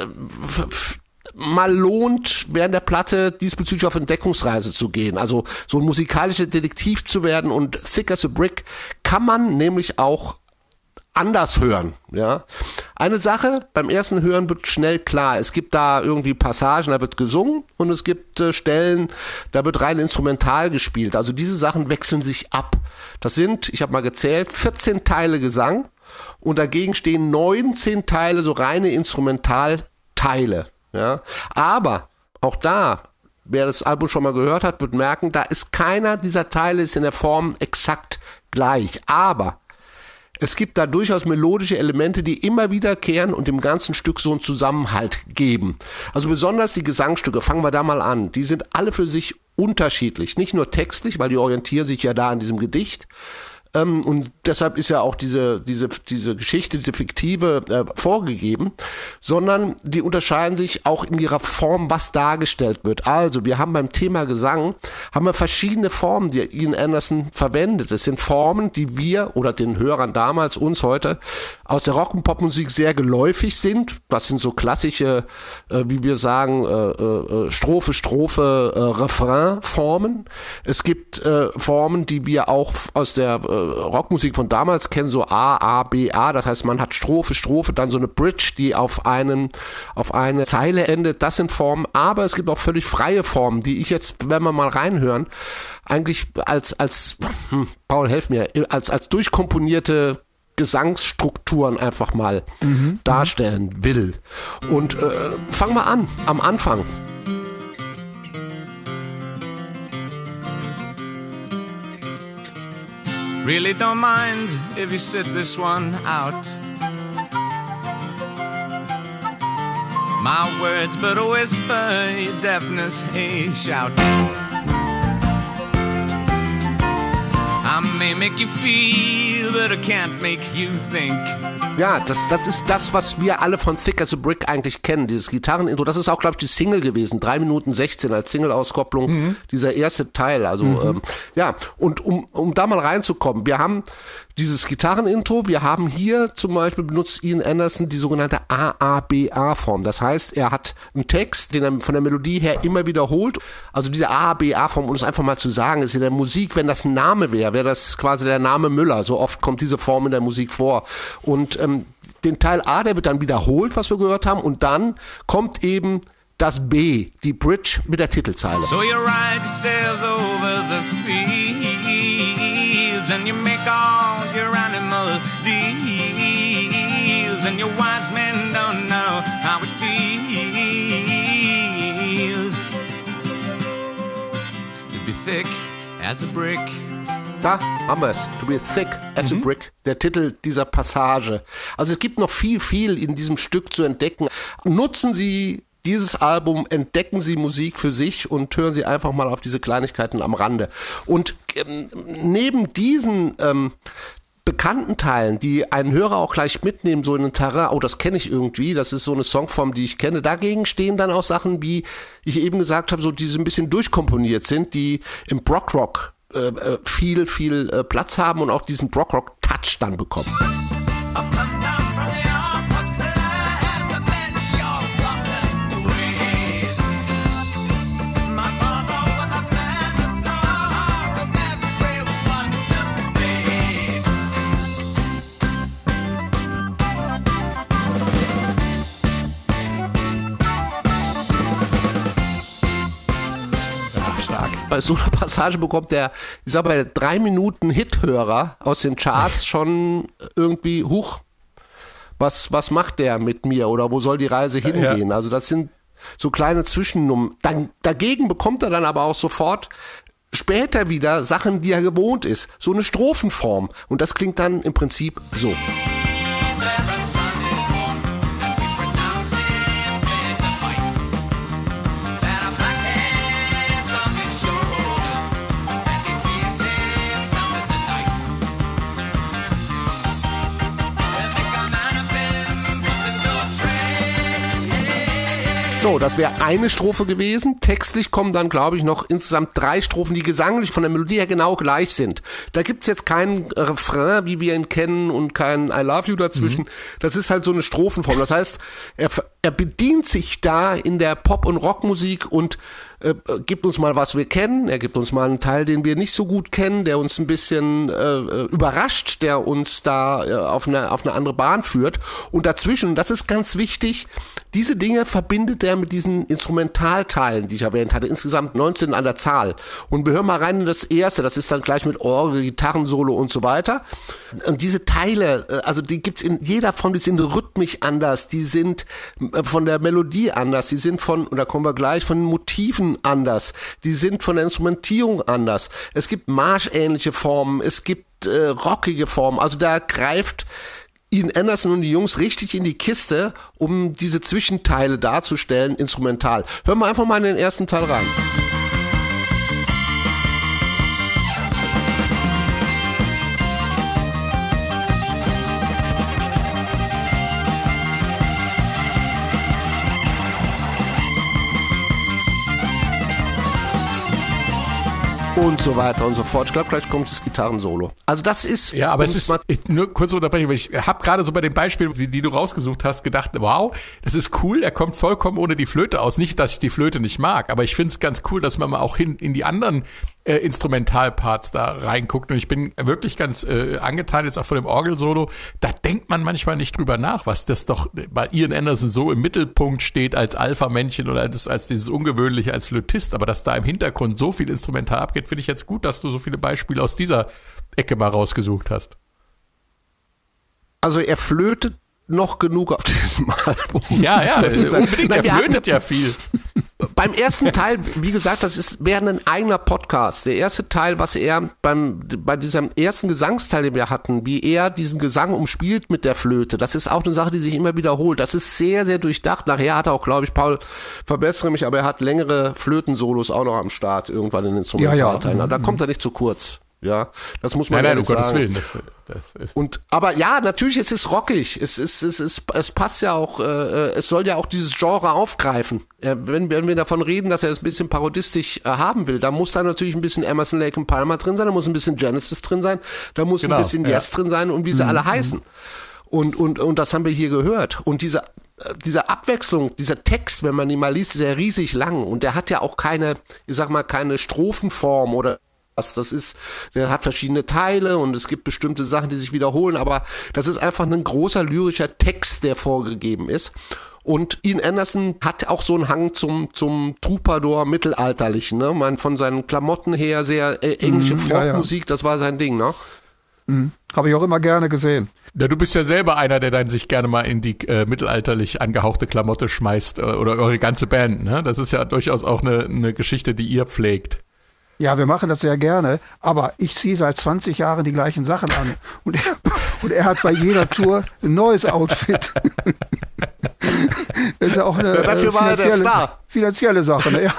mal lohnt, während der Platte diesbezüglich auf Entdeckungsreise zu gehen. Also so ein musikalischer Detektiv zu werden, und Thick as a Brick kann man nämlich auch anders hören, ja. Eine Sache, beim ersten Hören wird schnell klar, es gibt da irgendwie Passagen, da wird gesungen, und es gibt Stellen, da wird rein instrumental gespielt. Also diese Sachen wechseln sich ab. Das sind, ich habe mal gezählt, 14 Teile Gesang, und dagegen stehen 19 Teile so reine Instrumentalteile, ja. Aber auch da, wer das Album schon mal gehört hat, wird merken, da ist keiner dieser Teile ist in der Form exakt gleich. Aber es gibt da durchaus melodische Elemente, die immer wiederkehren und dem ganzen Stück so einen Zusammenhalt geben. Also besonders die Gesangsstücke, fangen wir da mal an, die sind alle für sich unterschiedlich. Nicht nur textlich, weil die orientieren sich ja da an diesem Gedicht. Und deshalb ist ja auch diese Geschichte, diese fiktive vorgegeben, sondern die unterscheiden sich auch in ihrer Form, was dargestellt wird. Also wir haben beim Thema Gesang, haben wir verschiedene Formen, die Ian Anderson verwendet. Das sind Formen, die wir oder den Hörern damals, uns heute, aus der Rock- und Popmusik sehr geläufig sind. Das sind so klassische, wie wir sagen, Strophe, Refrain-Formen. Es gibt Formen, die wir auch aus der Rockmusik von damals kennen, so A, B, A, das heißt, man hat Strophe, dann so eine Bridge, die auf eine Zeile endet, das sind Formen, aber es gibt auch völlig freie Formen, die ich jetzt, wenn wir mal reinhören, eigentlich als Paul, helf mir, als durchkomponierte Gesangsstrukturen einfach mal darstellen will. Und fangen wir an, am Anfang. Really don't mind if you sit this one out. My words but a whisper, your deafness a shout. I may make you feel, but I can't make you think. Ja, das ist das, was wir alle von Thick as a Brick eigentlich kennen, dieses Gitarrenintro. Das ist auch, glaube ich, die Single gewesen, 3 Minuten 16 als Single-Auskopplung, dieser erste Teil. Also ja, und um da mal reinzukommen, wir haben dieses Gitarrenintro, wir haben hier zum Beispiel benutzt Ian Anderson die sogenannte AABA-Form. Das heißt, er hat einen Text, den er von der Melodie her immer wiederholt. Also diese AABA-Form, um es einfach mal zu sagen, ist in der Musik, wenn das ein Name wäre das quasi der Name Müller. So oft kommt diese Form in der Musik vor. Und den Teil A, der wird dann wiederholt, was wir gehört haben. Und dann kommt eben das B, die Bridge mit der Titelzeile. So you ride yourselves over the fields and you make all your animal deals and your wise men don't know how it feels to be thick as a brick. Da haben wir es. To be thick as a brick. Der Titel dieser Passage. Also es gibt noch viel in diesem Stück zu entdecken. Nutzen Sie dieses Album, entdecken Sie Musik für sich und hören Sie einfach mal auf diese Kleinigkeiten am Rande. Und neben diesen bekannten Teilen, die einen Hörer auch gleich mitnehmen, so in den Terrain, oh, das kenne ich irgendwie, das ist so eine Songform, die ich kenne. Dagegen stehen dann auch Sachen, wie ich eben gesagt habe, so die so ein bisschen durchkomponiert sind, die im Brockrock viel Platz haben und auch diesen Brockrock-Touch dann bekommen. Bei so einer Passage bekommt der, ich sag mal, 3 Minuten Hithörer aus den Charts schon irgendwie, was macht der mit mir oder wo soll die Reise hingehen? Ja. Also das sind so kleine Zwischennummern. Dagegen bekommt er dann aber auch sofort später wieder Sachen, die er gewohnt ist. So eine Strophenform. Und das klingt dann im Prinzip so. So, das wäre eine Strophe gewesen. Textlich kommen dann, glaube ich, noch insgesamt 3 Strophen, die gesanglich von der Melodie her genau gleich sind. Da gibt's jetzt keinen Refrain, wie wir ihn kennen, und kein I love you dazwischen. Das ist halt so eine Strophenform. Das heißt, er bedient sich da in der Pop- und Rockmusik und gibt uns mal, was wir kennen. Er gibt uns mal einen Teil, den wir nicht so gut kennen, der uns ein bisschen überrascht, der uns da auf eine andere Bahn führt. Und dazwischen, das ist ganz wichtig, diese Dinge verbindet er mit diesen Instrumentalteilen, die ich erwähnt hatte, insgesamt 19 an der Zahl. Und wir hören mal rein in das erste, das ist dann gleich mit Orgel, Gitarrensolo und so weiter. Und diese Teile, also die gibt's in jeder Form, die sind rhythmisch anders, die sind von der Melodie anders, die sind und da kommen wir gleich, von den Motiven anders, die sind von der Instrumentierung anders. Es gibt marschähnliche Formen, es gibt rockige Formen, also da greift Ian Anderson und die Jungs richtig in die Kiste, um diese Zwischenteile darzustellen, instrumental. Hören wir einfach mal in den ersten Teil rein. Und so weiter und so fort. Ich glaube, gleich kommt das Gitarrensolo. Also das ist... Ja, aber es ist... Nur kurz unterbrechen, weil ich habe gerade so bei den Beispielen, die du rausgesucht hast, gedacht, wow, das ist cool, er kommt vollkommen ohne die Flöte aus. Nicht, dass ich die Flöte nicht mag, aber ich finde es ganz cool, dass man mal auch in die anderen Instrumentalparts da reinguckt. Und ich bin wirklich ganz angetan jetzt auch von dem Orgelsolo. Da denkt man manchmal nicht drüber nach, was das doch bei Ian Anderson so im Mittelpunkt steht als Alpha-Männchen oder als dieses Ungewöhnliche als Flötist. Aber dass da im Hintergrund so viel instrumental abgeht, finde ich jetzt gut, dass du so viele Beispiele aus dieser Ecke mal rausgesucht hast. Also er flötet noch genug auf diesem Album. Ja, unbedingt, er flötet ja viel. Beim ersten Teil, wie gesagt, das wäre ein eigener Podcast. Der erste Teil, was er bei diesem ersten Gesangsteil, den wir hatten, wie er diesen Gesang umspielt mit der Flöte, das ist auch eine Sache, die sich immer wiederholt. Das ist sehr, sehr durchdacht. Nachher hat er auch, glaube ich, Paul, verbessere mich, aber er hat längere Flötensolos auch noch am Start, irgendwann in den Instrumentalteilen. Ja. Da kommt er nicht zu kurz. Ja, das muss man nein, um sagen. Gottes Willen. Das ist Aber ja, natürlich, es ist rockig. Es passt ja auch, es soll ja auch dieses Genre aufgreifen. Wenn wir davon reden, dass er es ein bisschen parodistisch haben will, da muss da natürlich ein bisschen Emerson, Lake and Palmer drin sein, da muss ein bisschen Genesis drin sein, da muss ein bisschen Yes drin sein und wie sie alle heißen. Und das haben wir hier gehört. Und diese Abwechslung, dieser Text, wenn man ihn mal liest, ist ja riesig lang und der hat ja auch keine Strophenform oder der hat verschiedene Teile und es gibt bestimmte Sachen, die sich wiederholen, aber das ist einfach ein großer lyrischer Text, der vorgegeben ist. Und Ian Anderson hat auch so einen Hang zum Troubadour mittelalterlichen, ne? Man von seinen Klamotten her sehr englische Folkmusik, das war sein Ding, ne? Habe ich auch immer gerne gesehen. Ja, du bist ja selber einer, der dann sich gerne mal in die mittelalterlich angehauchte Klamotte schmeißt oder eure ganze Band, ne? Das ist ja durchaus auch eine Geschichte, die ihr pflegt. Ja, wir machen das sehr gerne, aber ich ziehe seit 20 Jahren die gleichen Sachen an. Und er hat bei jeder Tour ein neues Outfit. Das ist ja auch eine finanzielle Sache. Ne?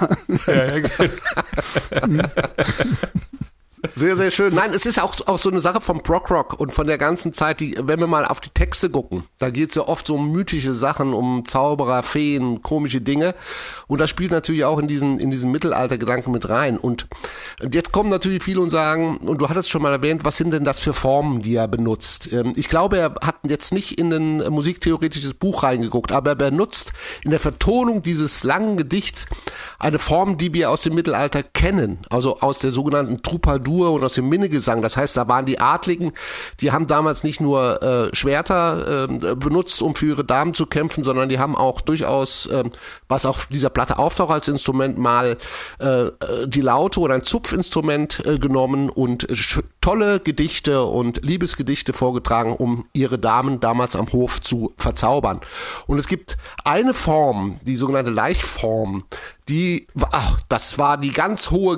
Ja. Sehr, sehr schön. Nein, es ist auch so eine Sache vom Prog-Rock und von der ganzen Zeit, wenn wir mal auf die Texte gucken, da geht es ja oft so um mythische Sachen, um Zauberer, Feen, komische Dinge und das spielt natürlich auch in diesen Mittelaltergedanken mit rein und jetzt kommen natürlich viele und sagen, und du hattest schon mal erwähnt, was sind denn das für Formen, die er benutzt? Ich glaube, er hat jetzt nicht in ein musiktheoretisches Buch reingeguckt, aber er benutzt in der Vertonung dieses langen Gedichts eine Form, die wir aus dem Mittelalter kennen, also aus der sogenannten Troubadour und aus dem Minnegesang. Das heißt, da waren die Adligen, die haben damals nicht nur Schwerter benutzt, um für ihre Damen zu kämpfen, sondern die haben auch durchaus, was auf dieser Platte auftaucht als Instrument, mal die Laute oder ein Zupfinstrument genommen und tolle Gedichte und Liebesgedichte vorgetragen, um ihre Damen damals am Hof zu verzaubern. Und es gibt eine Form, die sogenannte Laichform, das war die ganz hohe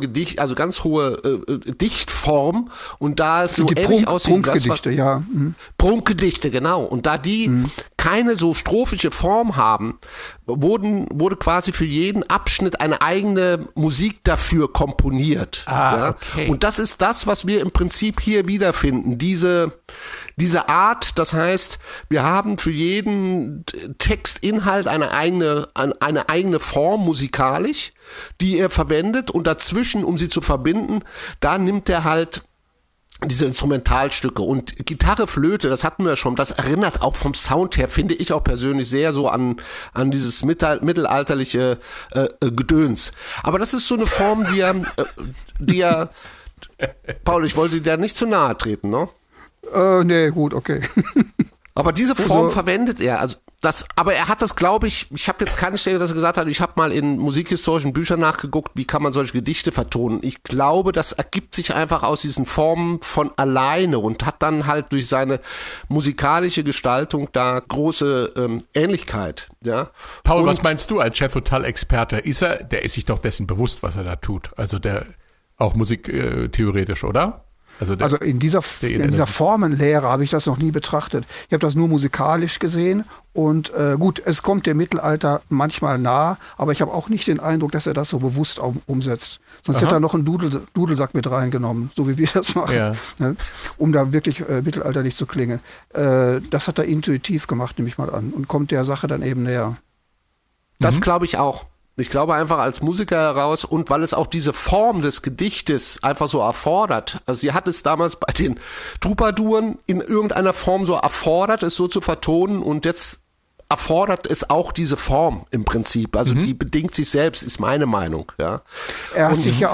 Dichtform und da es so ähnlich aussieht. Prunkgedichte, ja. Prunkgedichte, genau. Und da die keine so strophische Form haben, wurde quasi für jeden Abschnitt eine eigene Musik dafür komponiert. Okay. Und das ist das, was wir im Prinzip hier wiederfinden. Diese Art, das heißt, wir haben für jeden Textinhalt eine eigene Form musikalisch, die er verwendet und dazwischen, um sie zu verbinden, da nimmt er halt diese Instrumentalstücke und Gitarre, Flöte, das hatten wir schon, das erinnert auch vom Sound her, finde ich auch persönlich sehr so an dieses mittelalterliche Gedöns. Aber das ist so eine Form, die er Paul, ich wollte dir nicht zu nahe treten, ne? Nee, gut, okay. Aber diese Form verwendet er, aber er hat das, glaube ich habe jetzt keine Stelle, dass er gesagt hat, ich habe mal in musikhistorischen Büchern nachgeguckt, wie kann man solche Gedichte vertonen. Ich glaube, das ergibt sich einfach aus diesen Formen von alleine und hat dann halt durch seine musikalische Gestaltung da große Ähnlichkeit. Ja. Paul, was meinst du als Jethro-Tull-Experte? Der ist sich doch dessen bewusst, was er da tut. Also der auch musiktheoretisch, oder? Also in dieser Formenlehre habe ich das noch nie betrachtet. Ich habe das nur musikalisch gesehen und gut, es kommt dem Mittelalter manchmal nah, aber ich habe auch nicht den Eindruck, dass er das so bewusst umsetzt. Sonst hätte er noch einen Dudelsack mit reingenommen, so wie wir das machen, ne? Um da wirklich mittelalterlich zu klingen. Das hat er intuitiv gemacht, nehme ich mal an, und kommt der Sache dann eben näher. Das glaube ich auch. Ich glaube einfach als Musiker heraus und weil es auch diese Form des Gedichtes einfach so erfordert. Also sie hat es damals bei den Troubadouren in irgendeiner Form so erfordert, es so zu vertonen und jetzt erfordert es auch diese Form im Prinzip. Also die bedingt sich selbst, ist meine Meinung. Ja. Er hat sich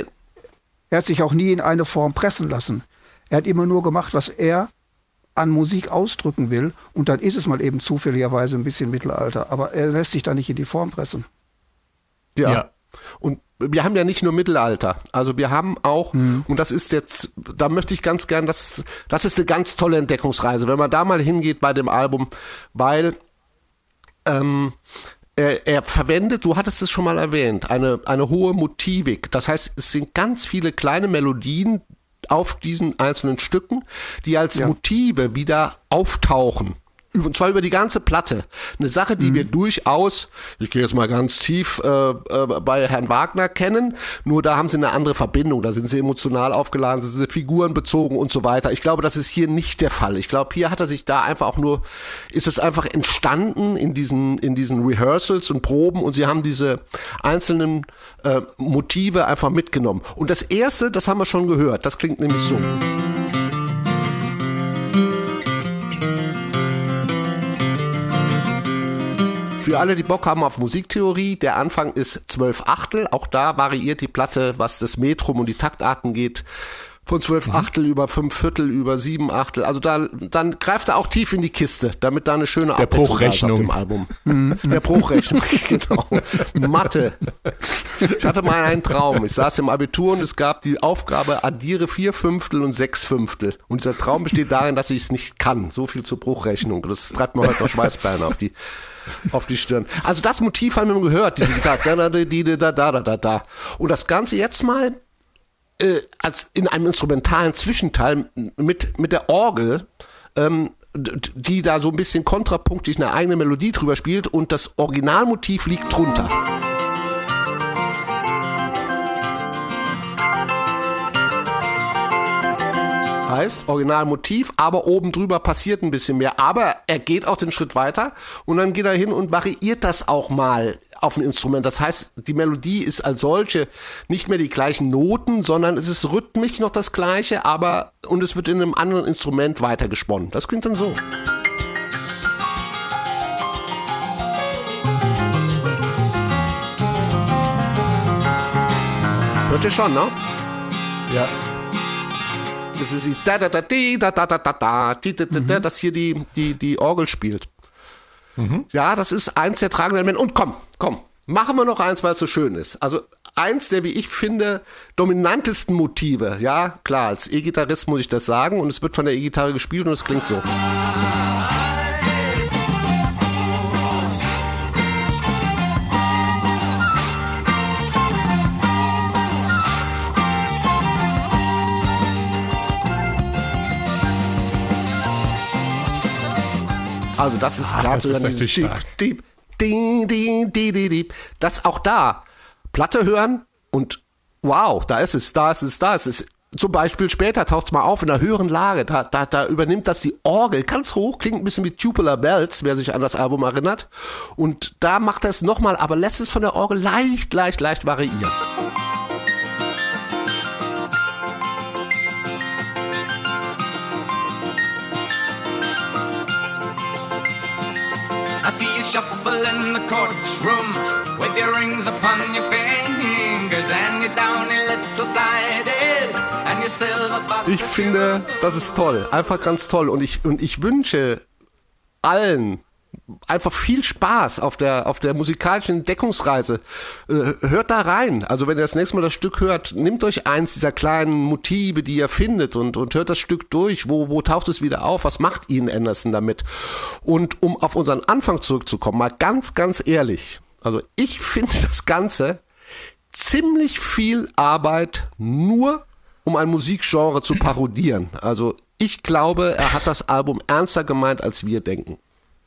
auch nie in eine Form pressen lassen. Er hat immer nur gemacht, was er an Musik ausdrücken will und dann ist es mal eben zufälligerweise ein bisschen Mittelalter. Aber er lässt sich da nicht in die Form pressen. Ja. Und wir haben ja nicht nur Mittelalter, also wir haben auch, und das ist jetzt, da möchte ich ganz gern, das ist eine ganz tolle Entdeckungsreise, wenn man da mal hingeht bei dem Album, weil er verwendet, du hattest es schon mal erwähnt, eine hohe Motivik, das heißt, es sind ganz viele kleine Melodien auf diesen einzelnen Stücken, die als Motive wieder auftauchen. Und zwar über die ganze Platte. Eine Sache, die wir durchaus, ich gehe jetzt mal ganz tief, bei Herrn Wagner kennen, nur da haben sie eine andere Verbindung, da sind sie emotional aufgeladen, sind sie figurenbezogen und so weiter. Ich glaube, das ist hier nicht der Fall. Ich glaube, hier hat er sich da einfach auch nur, ist es einfach entstanden in diesen Rehearsals und Proben und sie haben diese einzelnen Motive einfach mitgenommen. Und das erste, das haben wir schon gehört, das klingt nämlich so. Für alle, die Bock haben auf Musiktheorie, der Anfang ist 12 Achtel. Auch da variiert die Platte, was das Metrum und die Taktarten geht, von 12 Achtel über 5 Viertel, über 7 Achtel. Also dann greift er auch tief in die Kiste, damit da eine schöne Abwechslung ist auf dem Album. Der Bruchrechnung, genau. Mathe. Ich hatte mal einen Traum. Ich saß im Abitur und es gab die Aufgabe, addiere 4 Fünftel und 6 Fünftel. Und dieser Traum besteht darin, dass ich es nicht kann. So viel zur Bruchrechnung. Das treibt mir heute noch Schweißperlen auf die Stirn. Also das Motiv haben wir gehört, diese Gitarre, da. Und das Ganze jetzt mal als in einem instrumentalen Zwischenteil mit der Orgel, die da so ein bisschen kontrapunktisch eine eigene Melodie drüber spielt und das Originalmotiv liegt drunter. Heißt, Originalmotiv, aber oben drüber passiert ein bisschen mehr. Aber er geht auch den Schritt weiter und dann geht er hin und variiert das auch mal auf ein Instrument. Das heißt, die Melodie ist als solche nicht mehr die gleichen Noten, sondern es ist rhythmisch noch das Gleiche, und es wird in einem anderen Instrument weitergesponnen. Das klingt dann so. Hört ihr schon, ne? Ja. Das ist das hier die Orgel spielt. Ja, das ist eins der tragenden Elemente. Und komm, machen wir noch eins, weil es so schön ist. Also eins der, wie ich finde, dominantesten Motive. Ja, klar, als E-Gitarrist muss ich das sagen und es wird von der E-Gitarre gespielt und es klingt so. Also das ist klar zu hören, das auch da Platte hören und wow, da ist es. Zum Beispiel später taucht es mal auf in einer höheren Lage, da übernimmt das die Orgel ganz hoch, klingt ein bisschen wie Tubular Bells, wer sich an das Album erinnert, und da macht er es nochmal, aber lässt es von der Orgel leicht variieren. I see you shuffle in the courtroom with your rings upon your fingers and your downy little sideys and your silver buckle. Ich finde, das ist toll, einfach ganz toll und ich wünsche allen einfach viel Spaß auf der musikalischen Entdeckungsreise. Hört da rein. Also wenn ihr das nächste Mal das Stück hört, nehmt euch eins dieser kleinen Motive, die ihr findet und hört das Stück durch. Wo taucht es wieder auf? Was macht Ian Anderson damit? Und um auf unseren Anfang zurückzukommen, mal ganz, ganz ehrlich. Also ich finde das Ganze ziemlich viel Arbeit, nur um ein Musikgenre zu parodieren. Also ich glaube, er hat das Album ernster gemeint, als wir denken.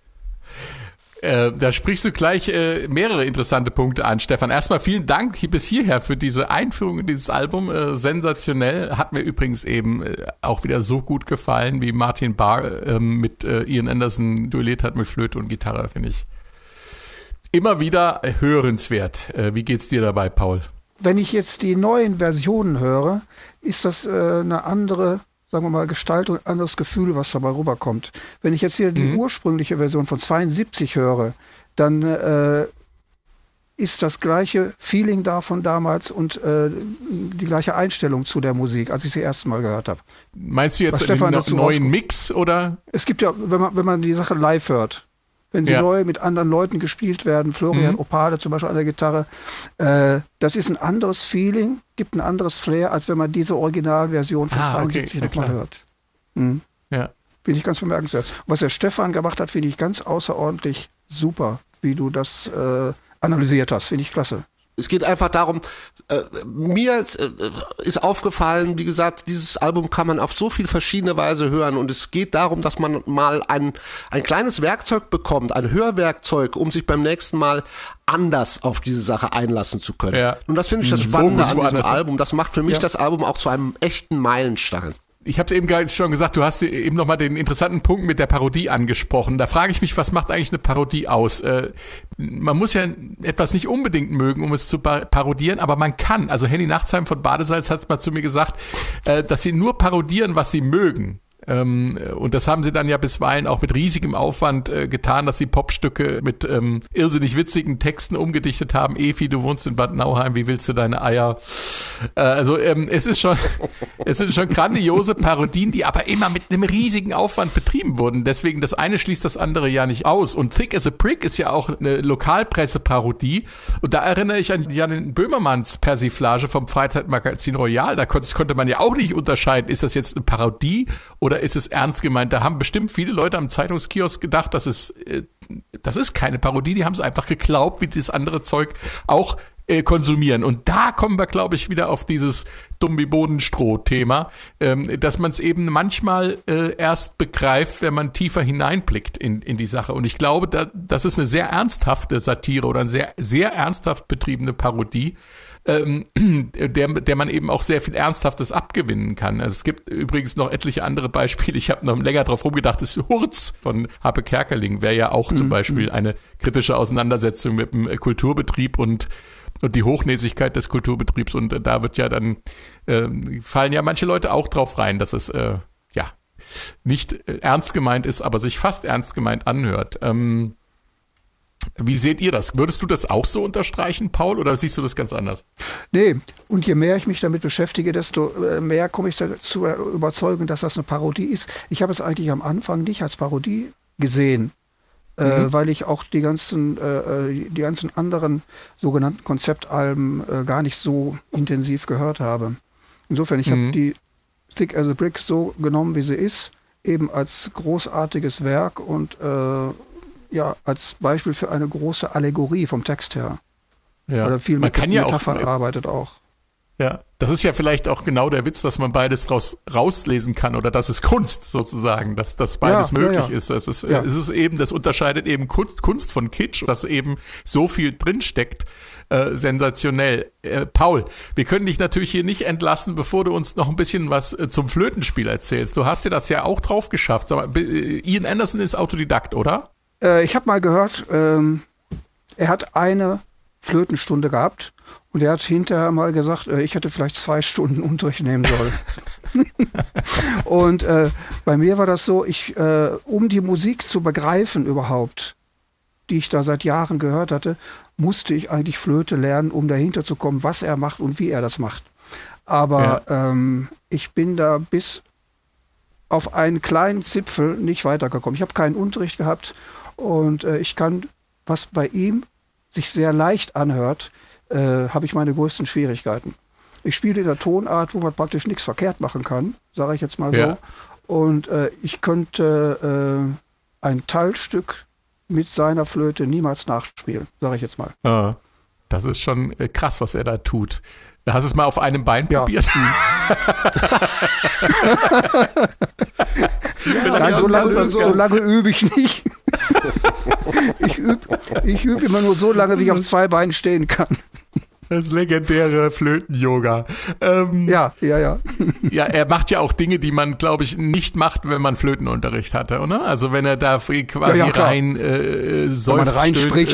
Da sprichst du gleich mehrere interessante Punkte an, Stefan. Erstmal vielen Dank bis hierher für diese Einführung in dieses Album. Sensationell. Hat mir übrigens eben auch wieder so gut gefallen, wie Martin Barre mit Ian Anderson duelliert hat mit Flöte und Gitarre, finde ich. Immer wieder hörenswert. Wie geht's dir dabei, Paul? Wenn ich jetzt die neuen Versionen höre, ist das eine andere, sagen wir mal, Gestaltung, ein anderes Gefühl, was dabei rüberkommt. Wenn ich jetzt hier die ursprüngliche Version von 72 höre, dann ist das gleiche Feeling da von damals und die gleiche Einstellung zu der Musik, als ich sie erst mal gehört habe. Meinst du jetzt einen neuen Mix, oder? Es gibt ja, wenn man die Sache live hört, wenn sie neu mit anderen Leuten gespielt werden, Florian Opade zum Beispiel an der Gitarre, das ist ein anderes Feeling, gibt ein anderes Flair, als wenn man diese Originalversion von 72 nochmal hört. Ja. Finde ich ganz bemerkenswert. Was der Stefan gemacht hat, finde ich ganz außerordentlich super, wie du das analysiert hast. Finde ich klasse. Es geht einfach darum, mir ist aufgefallen, wie gesagt, dieses Album kann man auf so viel verschiedene Weise hören und es geht darum, dass man mal ein kleines Werkzeug bekommt, ein Hörwerkzeug, um sich beim nächsten Mal anders auf diese Sache einlassen zu können. Ja. Und das finde ich das Spannende an diesem Album. Das macht für mich das Album auch zu einem echten Meilenstein. Ich habe es eben gerade schon gesagt, du hast eben nochmal den interessanten Punkt mit der Parodie angesprochen. Da frage ich mich, was macht eigentlich eine Parodie aus? Man muss ja etwas nicht unbedingt mögen, um es zu parodieren, aber man kann. Also Henny Nachtsheim von Badesalz hat mal zu mir gesagt, dass sie nur parodieren, was sie mögen. Und das haben sie dann ja bisweilen auch mit riesigem Aufwand getan, dass sie Popstücke mit irrsinnig witzigen Texten umgedichtet haben. Efi, du wohnst in Bad Nauheim, wie willst du deine Eier? Es sind schon grandiose Parodien, die aber immer mit einem riesigen Aufwand betrieben wurden. Deswegen, das eine schließt das andere ja nicht aus. Und Thick as a Prick ist ja auch eine Lokalpresse-Parodie. Und da erinnere ich an Jan Böhmermanns Persiflage vom Freizeitmagazin Royal. Da konnte man ja auch nicht unterscheiden, ist das jetzt eine Parodie oder ist es ernst gemeint? Da haben bestimmt viele Leute am Zeitungskiosk gedacht, das ist keine Parodie, die haben es einfach geglaubt, wie das andere Zeug auch konsumieren. Und da kommen wir, glaube ich, wieder auf dieses dumm wie Bodenstroh-Thema, dass man es eben manchmal erst begreift, wenn man tiefer hineinblickt in die Sache. Und ich glaube, das ist eine sehr ernsthafte Satire oder eine sehr, sehr ernsthaft betriebene Parodie, der man eben auch sehr viel Ernsthaftes abgewinnen kann. Also es gibt übrigens noch etliche andere Beispiele. Ich habe noch länger drauf rumgedacht, das Hurz von Happe Kerkeling wäre ja auch zum Beispiel eine kritische Auseinandersetzung mit dem Kulturbetrieb und die Hochnäsigkeit des Kulturbetriebs. Und da wird ja dann, fallen ja manche Leute auch drauf rein, dass es nicht ernst gemeint ist, aber sich fast ernst gemeint anhört. Wie seht ihr das? Würdest du das auch so unterstreichen, Paul, oder siehst du das ganz anders? Nee, und je mehr ich mich damit beschäftige, desto mehr komme ich zur Überzeugung, dass das eine Parodie ist. Ich habe es eigentlich am Anfang nicht als Parodie gesehen, weil ich auch die ganzen anderen sogenannten Konzeptalben gar nicht so intensiv gehört habe. Insofern, ich habe die Thick as a Brick so genommen, wie sie ist, eben als großartiges Werk und als Beispiel für eine große Allegorie vom Text her. Ja. Oder viel mit Metaphern arbeitet auch. Ja, das ist ja vielleicht auch genau der Witz, dass man beides rauslesen kann oder dass es Kunst sozusagen, dass das beides möglich ist. Es ist eben, das unterscheidet eben Kunst von Kitsch, dass eben so viel drinsteckt. Sensationell. Paul, wir können dich natürlich hier nicht entlassen, bevor du uns noch ein bisschen was zum Flötenspiel erzählst. Du hast dir das ja auch drauf geschafft. Sag mal, Ian Anderson ist Autodidakt, oder? Ich habe mal gehört, er hat eine Flötenstunde gehabt und er hat hinterher mal gesagt, ich hätte vielleicht 2 Stunden Unterricht nehmen sollen. Und bei mir war das so, um die Musik zu begreifen überhaupt, die ich da seit Jahren gehört hatte, musste ich eigentlich Flöte lernen, um dahinter zu kommen, was er macht und wie er das macht. Aber ich bin da bis auf einen kleinen Zipfel nicht weitergekommen. Ich habe keinen Unterricht gehabt und ich kann, was bei ihm sich sehr leicht anhört, habe ich meine größten Schwierigkeiten. Ich spiele in der Tonart, wo man praktisch nichts verkehrt machen kann, sage ich jetzt mal so. Und ich könnte ein Teilstück mit seiner Flöte niemals nachspielen, sage ich jetzt mal. Das ist schon krass, was er da tut. Hast du es mal auf einem Bein probiert? Nein, so lange übe ich nicht. Ich übe immer nur so lange, wie ich auf 2 Beinen stehen kann. Das legendäre Flöten-Yoga. Ja. Ja, er macht ja auch Dinge, die man, glaube ich, nicht macht, wenn man Flötenunterricht hatte, oder? Also wenn er da quasi rein seufzt. Wenn man reinspricht.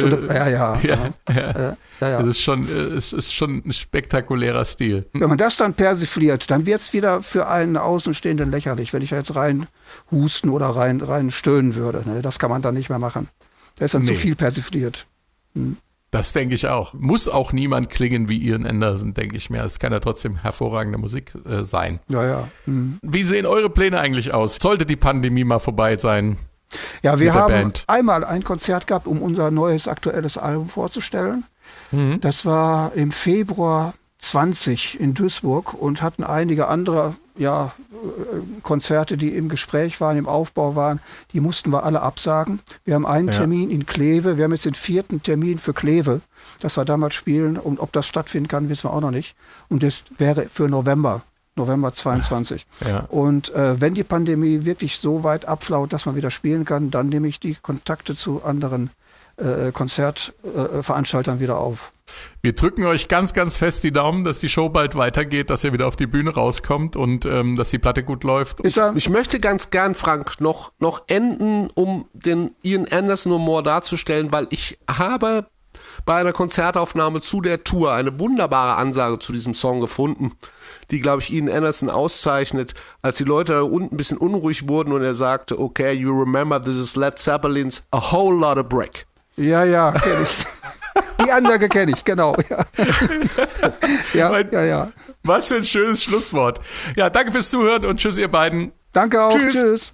Das ist schon ein spektakulärer Stil. Wenn man das dann persifliert, dann wird es wieder für einen Außenstehenden lächerlich, wenn ich jetzt rein husten oder rein stöhnen würde. Ne? Das kann man dann nicht mehr machen. Da ist dann zu viel persifliert. Das denke ich auch. Muss auch niemand klingen wie Ian Anderson, denke ich mir. Es kann ja trotzdem hervorragende Musik sein. Ja. Wie sehen eure Pläne eigentlich aus? Sollte die Pandemie mal vorbei sein? Ja, wir haben einmal ein Konzert gehabt, um unser neues aktuelles Album vorzustellen. Das war im Februar 20 in Duisburg und hatten einige andere Konzerte, die im Gespräch waren, im Aufbau waren, die mussten wir alle absagen. Wir haben einen Termin in Kleve, wir haben jetzt den 4. Termin für Kleve, das wir damals spielen. Und ob das stattfinden kann, wissen wir auch noch nicht. Und das wäre für November 22. Ja. Und wenn die Pandemie wirklich so weit abflaut, dass man wieder spielen kann, dann nehme ich die Kontakte zu anderen Konzertveranstaltern wieder auf. Wir drücken euch ganz, ganz fest die Daumen, dass die Show bald weitergeht, dass ihr wieder auf die Bühne rauskommt und dass die Platte gut läuft. Ich möchte ganz gern, Frank, noch enden, um den Ian Anderson-Humor darzustellen, weil ich habe bei einer Konzertaufnahme zu der Tour eine wunderbare Ansage zu diesem Song gefunden, die, glaube ich, Ian Anderson auszeichnet, als die Leute da unten ein bisschen unruhig wurden und er sagte, okay, you remember this is Led Zeppelin's A Whole Lotta Brick. Ja, kenne ich. Die Ansage kenne ich, genau. Ja. Was für ein schönes Schlusswort. Ja, danke fürs Zuhören und tschüss, ihr beiden. Danke auch. Tschüss.